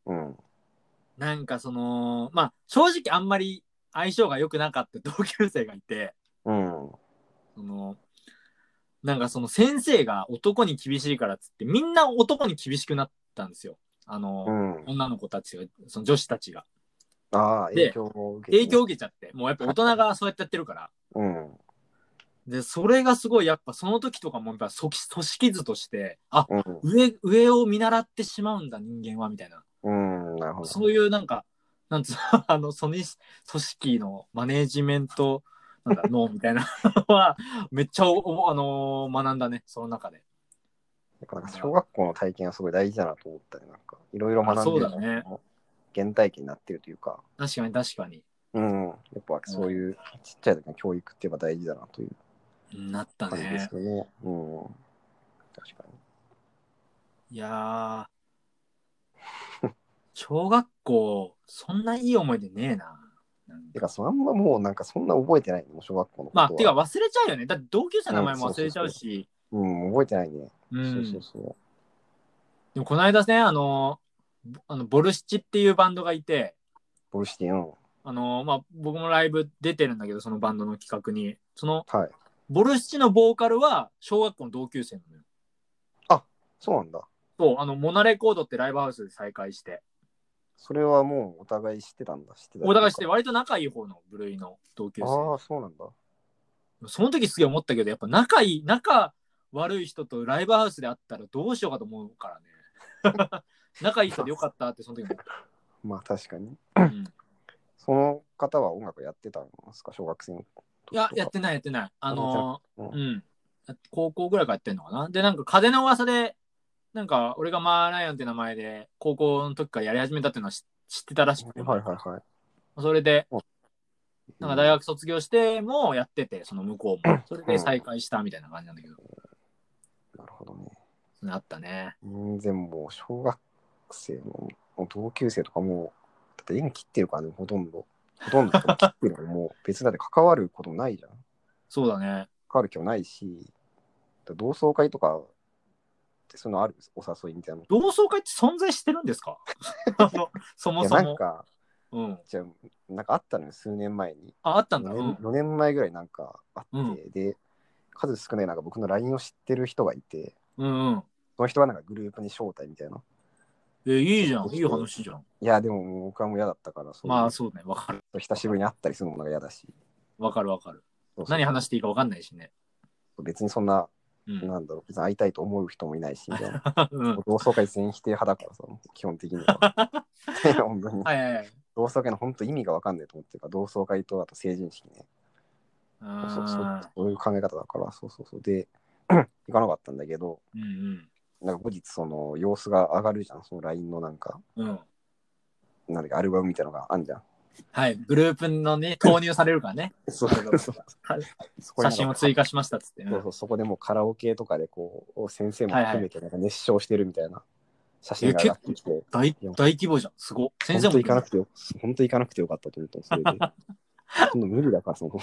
うん。 なんかその、まあ、正直あんまり相性が良くなかった同級生がいて、 うん。 その、なんかその先生が男に厳しいからっつって、みんな男に厳しくなったんですよ。あの、 うん。 女の子たちが、その女子たちが。 ああ、影で、 響を受けてね。 影響を受けちゃって、もうやっぱ大人がそうやってやってるから。 うん。 で、それがすごい、やっぱその時とかもやっぱ組織図として、あ、 うん。 上、上を見習ってしまうんだ、人間は、みたいな。 うん。なるほど。 そういうなんか、なんつうの、あの、その組織のマネージメント、なんだ、脳みたいなのは、めっちゃお、あのー学んだね、その中で。 なんか小学校の体験はすごい大事だなと思ったり、なんかいろいろあ、 学んでるそうだね。 原体験になってるというか、 確かに確かに。 うん、やっぱそういうちっちゃい時の教育ってやっぱ大事だなというなった感じですね。 よね。うん、確かに。 いやー、小学校、そんないい思い出ねえな。なんかてか、そあんまもうなんかそんな覚えてないの、小学校のまあ、 ことは。 てか忘れちゃうよね。だって同級生の名うん、 前も忘れちゃそうそうそう。 うし。 うん、覚えてないね。 うそうそうん。 そでもこの間ね、あの、あのボルシチっていうバンドがいて、 う。ボルシティ、うん。 あの、まあ、僕もライブ出てるんだけど、そのバンドの企画に。その、 はい。 ボルシチのボーカルは小学校の同級生なのよ。 あ、そうなんだ。 そう、あの、モナレコードってライブハウスで再会して。 それはもうお互い知ってたんだ。知ってたっていうか。 お互いして割と仲いい方の部類の同級生。 ああ、そうなんだ。 その時すげえ思ったけど、やっぱ仲いい、仲悪い人とライブハウスで会ったらどうしようかと思うからね。仲いい人でよかったってその時思った。 まあ確かに。 うん、 その方は音楽やってたんですか、小学生のいや、 時とか。 やってないやってない。ああ、やってなのうん、 ー、うん。高校ぐらいからやってんのかな。で、なんか風の噂で、なんか俺がマーライオンって名前で高校の時からやり始めたっていうのは知ってたらしくて、 はい前から。 はいはい。 それで、なんか大うん学卒業してもやってて、その向こうも。それで再会したみたいな感じなんだけど。 なるほどね。 それあったね。 全然もう小学生の同級生とかもう、だって縁切ってるからね、ほとんど。ほとんどとか切ってるからもう別だって関わることもないじゃん。 そうだね。 関わる気もないし、同窓会とかってそういうのあるお誘いみたいなの。 同窓会って存在してるんですか？あのそいや、 もそも。 なんか、 うん。 じゃあ、なんかあったのよ、数年前に。 あ、あったんだ。う 4 ん。 年、よねんまえぐらいなんかあっうん。 て、で、数少ないなんか僕の ライン を知ってる人がいて、 うんうん。 その人はなんかグループに招待みたいな。 え、いいじゃん。いいできて、 話じゃん。 いや、でももう僕はもう嫌だったから、そういう、 まあそうね。わかる。 久しぶりに会ったりするのも嫌だし、 わかるわかる。 そうそうそう何話していいかわかんないしね。 別にそんな、 うん。 なんだろう、別に会いたいと思う人もいないし、みたいな。 うん。 同窓会全否定派だからさ、基本的には。本当に。 はいはいはい。 同窓会の本当意味がわかんないと思ってるから、同窓会とあと成人式ね。そうそうあそういう考え方だから、そうそうそう。で、行かなかったんだけど、 うんなんか後日その様子が上がるじゃん、その ライン のなんか、 うん。うん。 なんだっけ、アルバムみたいなのがあんじゃん。 はい。グループのね、投入されるからね。 そうアルバムそうとか。写そこになんか真を追加しましたっつって。うん、 そうそうそこでもうカラオケとかでこう、先生もはいはい。 含めてなんか熱唱してるみたいな写真え、 が上が結構ってきて、 大、 いや大規模じゃん。すご。先本当生も行くんだ。 行かなくてよ、本当行かなくてよかったと思ったの、それで。そんな無理だから、その、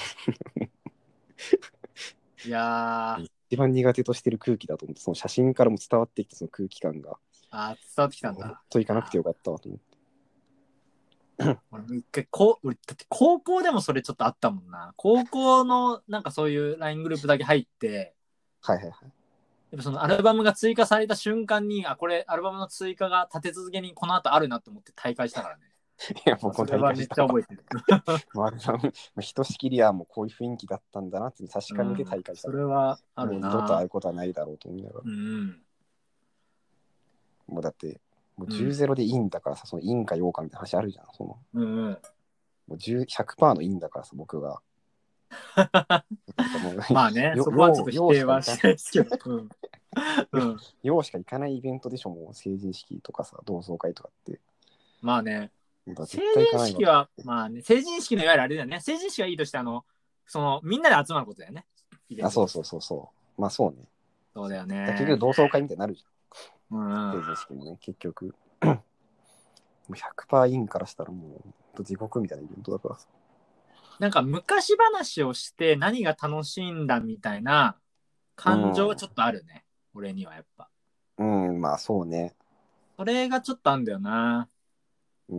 いやー、 一番苦手としてる空気だと思って、その写真からも伝わってきて、その空気感が、 あー伝わってきたん本だ。 当行かなくてよかったわと思って。 俺も一回こう俺だって高校でもそれちょっとあったもんな。高校のなんかそういう ライン グループだけ入って、 はいはいはい。 やっぱそのアルバムが追加された瞬間に、あ、これアルバムの追加が立て続けにこの後あるなと思って大会したからね。 いや、もうこそれはめっの大会したちゃ覚えてる。 もうあれだ、もうひとしきりはもうこういう雰囲気だったんだなって確かめて大会したそから、 れはあもうる二度と会な。 うことはないだろうと思いながら。 うん。 もうだって、もううん。 じゅうゼロでいいんだからさ、その陰か陽かみたいな話あるじゃん。そのうんうん。 もうひゃくパーセントの陰だからさ、僕が。なんかもうまあね、 よそこはちょっと否陽しか行かない定はしないですけど。うん。うん。 陽しか行かないイベントでしょ、もう成人式とかさ、同窓会とかって。 まあね、成だから絶対行かないわ。 人式は、まあね、成人式のいわゆるあれだよね。成人式はいいとして、あの、その、みんなで集まることだよね。イベンあ、 トとして。 そうそうそうそう。まあそうね。 そうだよだから結局ね。 同窓会みたいになるじうゃん。成んうん。 人式もね、結局。もうひゃくパーセントインからしたらもう地獄みたいなイベントだからさ。 なんか昔話をして何が楽しいんだみたいな感情はちょっとあるね。俺にはやっぱ。 うん、うん、まあそうね。 それがちょっとあるんだよな。 うん。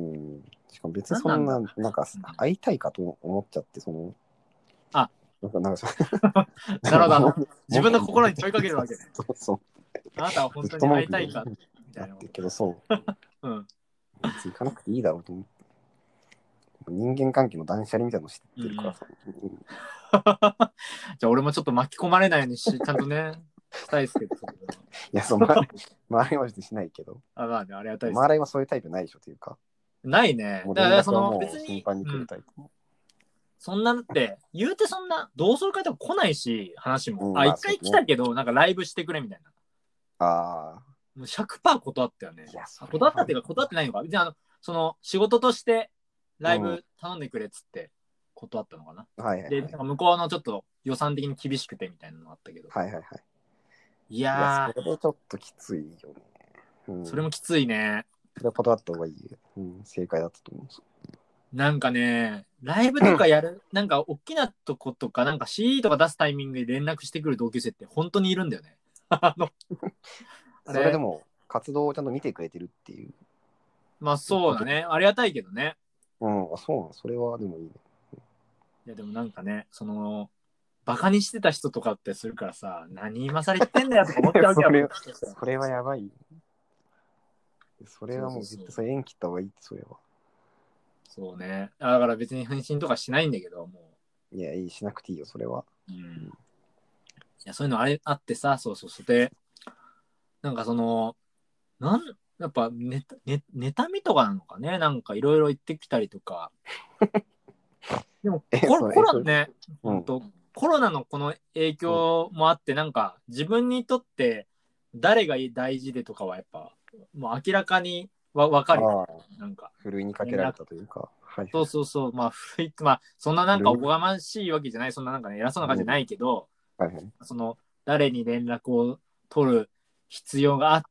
しかも別にそんな、なんなんか会いたいかと思っちゃって、その、 あ、 なんか、なんかなるほど、あの、自分の心に問いかけるわけね。 そうそう。 あなたは本当に会いたいかみたいな。 ってけど、そう。 うん。 別に行かなくていいだろうと思って。人間関係の断捨離みたいなの知ってるからさ。うんうん、じゃあ俺もちょっと巻き込まれないようにし、ちゃんとね、したいですけど。いや、そう、周りは別にしないけど。 あ、まあね、ありがたいです。 周りはそういうタイプないでしょというか。 ないね。 もうだからその連絡はもう別に、 頻繁に来るタイプ。 うん、そんなって、言うてそんな同窓会とか来ないし、話も。 うん、 あ、 まあ一回来たけど、なんかライブしてくれみたいな。 ああ。 もうひゃくパーセント断ったよね。 いや、それ断ったっていうか断ってないのか。じゃあ、あの、その仕事としてライブ頼んでくれっつって断ったのかな。 うん、はいはい、はい。 で、なんか向こうのちょっと予算的に厳しくてみたいなのあったけど。 はいはいはい。 いやー。いや、それちょっときついよね。 うん、それもきついね。 それは断った方がいい。うん、正解だったと思う。 なんかね、ライブとかやる、なんか大きなとことか、なんか シーディー とか出すタイミングで連絡してくる同級生って本当にいるんだよね。あのそれでも活動をちゃんと見てくれてるっていう。 まあそうだね。ありがたいけどね。 うん、あ、そうなの。それはでもいいね。 いやでもなんかね、その、バカにしてた人とかってするからさ、何今更言ってんだよとか思っちゃうわけそれよ。 それはやばい。それはもう絶対それ縁切った方がいいって、それは。 そうね。だから別に返信とかしないんだけど、もう。いや、いい、しなくていいよ、それは。 うん。いや、そういうのあれあってさ、そうそうそう。で、なんかその、なん、やっぱネタ、ネ妬みとかなのかね、なんかいろいろ言ってきたりとか。でもコロ、コロナね、本当、うん、コロナのこの影響もあって、なんか自分にとって誰が大事でとかはやっぱ、もう明らかにわ分かるよ。なんか。 ふるいにかけられたというか。 はいはい、そうそうそう。まあ、ふるい、まあ、そんななんかおこがましいわけじゃない、そんななんかね、偉そうな感じじゃないけど、うん、はいはい、その、誰に連絡を取る必要があって、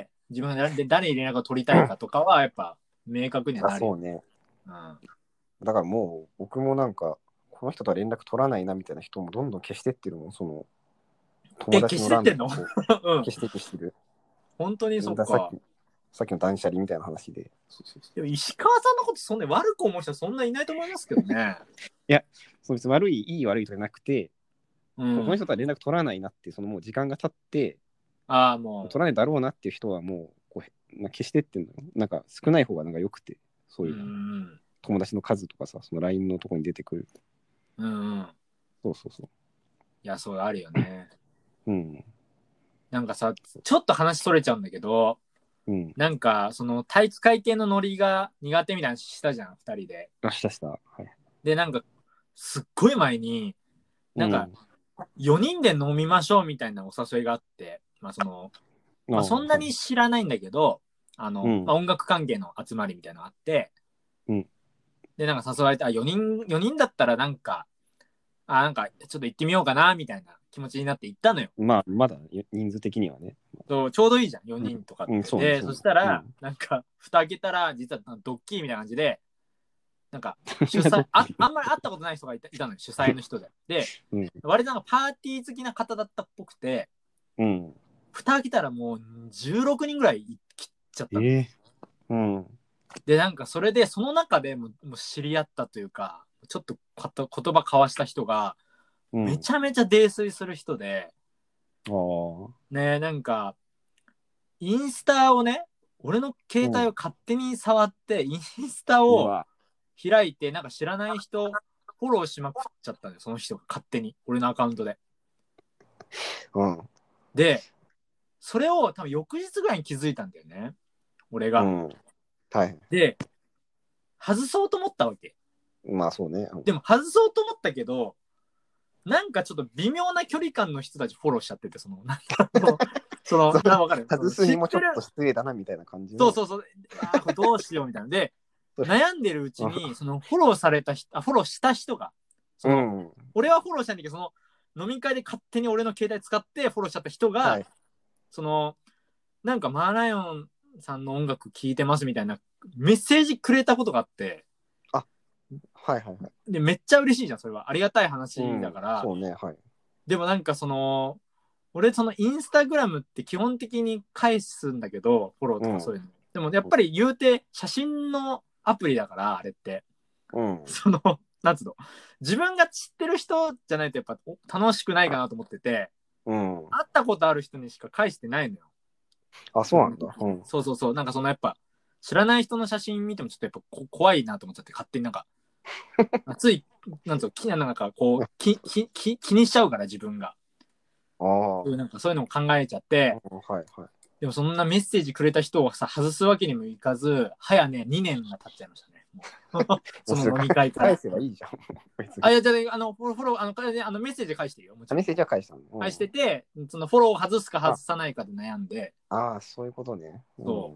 自分が誰に連絡を取りたいかとかは、やっぱ、明確にはなる。 あ、そうね。うん。だからもう、僕もなんか、この人とは連絡取らないなみたいな人もどんどん消してってるもん、その、 友達の欄で。消してってんの？ 消してってしてる。 本当にそっか。 さっき、さっきの断捨離みたいな話で。 そうそうそう。でも石川さんのことそんな悪く思う人はそんないないと思いますけどね。 いや、そう別に悪い、いい悪いとかじゃなくて、うん、この人とは連絡取らないなって、そのもう時間が経って、ああ、もう。取らないだろうなっていう人はもう、こう消してってんの。なんか少ない方がなんか良くて、そういうの。うん、友達の数とかさ、その ライン のとこに出てくる。うん、うん。そうそうそう。 いや、そうあるよね。 うん。 なんかさ、ちょっと話それちゃうんだけど、うん、なんか、その体育会系のノリが苦手みたいな話したじゃん、ふたりで。 あ、したした。はい。 で、なんか、すっごい前に、なんか、よにんで飲みましょうみたいなお誘いがあって、まあその、まあ、そんなに知らないんだけど、あの、うん、まあ、音楽関係の集まりみたいなのがあって、うん、で、なんか誘われて、あ、よにん、よにんだったらなんか、あ、なんか、ちょっと行ってみようかな、みたいな気持ちになって行ったのよ。 まあ、まだ人数的にはね。 そうちょうどいいじゃん、よにんとかって。うんうん、そで、そしたら、うん、なんか、蓋開けたら、実はドッキリみたいな感じで、なんか、主催あ、あんまり会ったことない人がいたいたのよ、主催の人で。で、うん、割となんかパーティー好きな方だったっぽくて、うん、蓋開けたらもうじゅうろくにんぐらい切っちゃったの。えーうん、で、なんかそれで、その中でももう知り合ったというか、ちょっと言葉交わした人が、うん、めちゃめちゃ泥酔する人で、ね、なんか、インスタをね、俺の携帯を勝手に触って、うん、インスタを開いて、なんか知らない人、フォローしまくっちゃったんだよ、その人が勝手に、俺のアカウントで。うん。で、それを多分翌日ぐらいに気づいたんだよね、俺が。うん、はい。で、外そうと思ったわけ。 まあそうね。 うん、でも外そうと思ったけど、なんかちょっと微妙な距離感の人たちフォローしちゃってて、その、なんかその、その、わかる。 外すにもちょっと失礼だなみたいな感じの。そうそうそう。あこれどうしようみたいな。で、悩んでるうちに、そのフォローされた人、あ、フォローした人が、その、うん、俺はフォローしたんだけど、その、飲み会で勝手に俺の携帯使ってフォローしちゃった人が、はい、その、なんかマーライオンさんの音楽聴いてますみたいなメッセージくれたことがあって、 あ、はいはいはい。 で、めっちゃ嬉しいじゃん、それは。ありがたい話だから。 うん、そうね、はい。 でもなんかその、俺そのインスタグラムって基本的に返すんだけど、フォローとかそういうの。うん、でもやっぱり言うて写真のアプリだからあれって、 うん、 そのなんつうの、自分が知ってる人じゃないとやっぱ楽しくないかなと思ってて、 うん、 会ったことある人にしか返してないのよ。 あ、そうなんだ、うん、 そうそうそう、なんかそのやっぱ知らない人の写真見てもちょっとやっぱこ怖いなと思っちゃって、勝手になんかついなんつうの、きなんかこうききき気にしちゃうから自分が。 ああ、 なんかそういうのも考えちゃって、 はいはい。 でもそんなメッセージくれた人をさ外すわけにもいかず、早ねにねんが経っちゃいましたね。その飲み会から。 返せばいいじゃん。 あ、いや、じゃあ、あの、フォロー、フォロー、あの、これね、あの、メッセージ返していいよ。もちろん。 メッセージは返したの、 うん、返してて、そのフォローを外すか外さないかで悩んで。 ああ、そういうことね。 そう。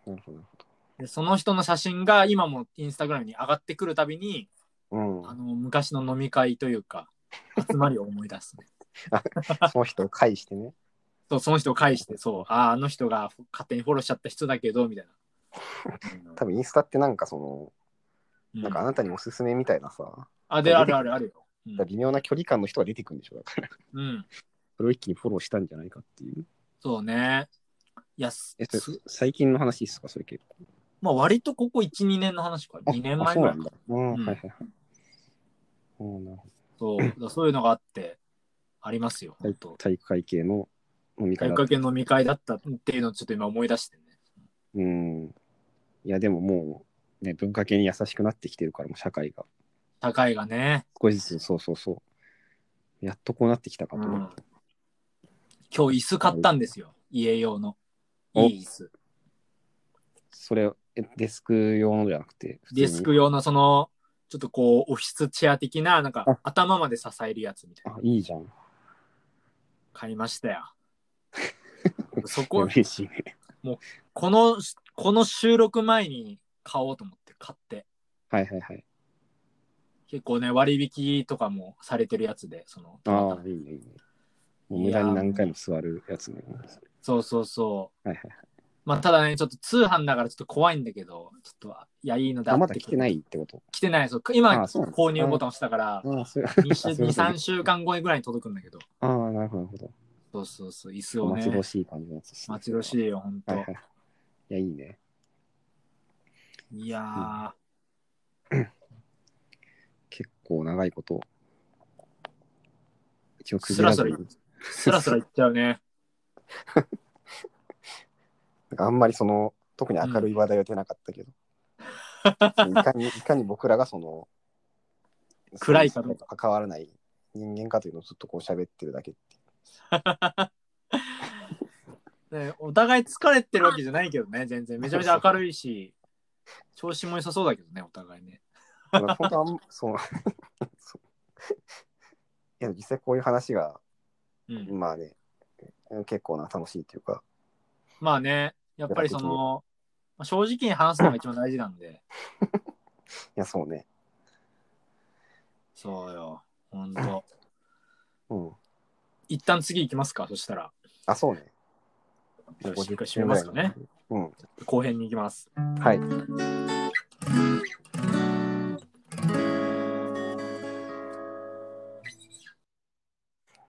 なるほど、なるほど。 で、その人の写真が今もインスタグラムに上がってくるたびに、 うん、 あの、昔の飲み会というか、集まりを思い出すね。 その人を返してね。 そう、その人を返して、そう、ああ、あの人が勝手にフォローしちゃった人だけど、みたいな。 多分インスタってなんかその、うん、なんかあなたにおすすめみたいなさ。 あ、で、あるあるあるよ。 うん、微妙な距離感の人が出てくるんでしょ、だから。 うん。 それを一気にフォローしたんじゃないかっていう。 そうね。いや、 え最近の話ですか、それ結構。 まあ、割とここいち、にねんの話か。にねんまえぐらいか。 そうなんだ。うん、はいはいはい。うん、なるほど。そう、そういうのがあって、ありますよ。 体育会系の飲み会だった。体育会系の飲み会だったっていうのをちょっと今思い出してね。 うん。いや、でももう、ね、文化系に優しくなってきてるから、もう社会が。 社会がね。 少しずつ、そうそうそう。やっとこうなってきたかと思って。 うん、今日椅子買ったんですよ。家用の。いい椅子。 それ、デスク用のじゃなくて、 普通にデスク用のその、ちょっとこう、オフィスチェア的な、なんか、頭まで支えるやつみたいな。 あ、いいじゃん。 買いましたよ。そこ、 嬉しいね。 もう、この、この収録前に買おうと思って買って。 はいはいはい。 結構ね、割引とかもされてるやつで、その、 ああ、いいね、いいね。もう無駄に何回も座るやつね。 そうそうそう。 はいはいはい。 まあ、ただね、ちょっと通販だからちょっと怖いんだけど、ちょっと、いや、いいのだって。 あ、まだ来てないってこと？ 来てない。そう今、購入ボタン押したから、に、さんしゅうかんごぐらいに届くんだけど。 ああ、なるほど、なるほど。 そうそうそう、椅子をね。 待ち遠しい感じのやつですね。 待ち遠しいよ、ほんと。はいはい、 いや、いいね。 いやー、うん、結構長いこと、一応スラスラ、スラスラいっちゃうね。 なんかあんまりその、特に明るい話題は出なかったけど、うん、いかに、いかに僕らがその、 暗いかどうか関わらない人間かというのをずっとこう喋ってるだけってね、お互い疲れてるわけじゃないけどね、全然めちゃめちゃ明るいし調子も良さそうだけどね、お互いね。 本当はそういや実際こういう話が、うん、まあね結構な楽しいっていうか、 まあね、やっぱりその正直に話すのが一番大事なんでいやそうね、 そうよ、ほんと。 うん。 一旦次行きますか、そしたら。 あ、そうね。 もうごじゅっぷん締めますかね。 うん。 後編に行きます。 はい。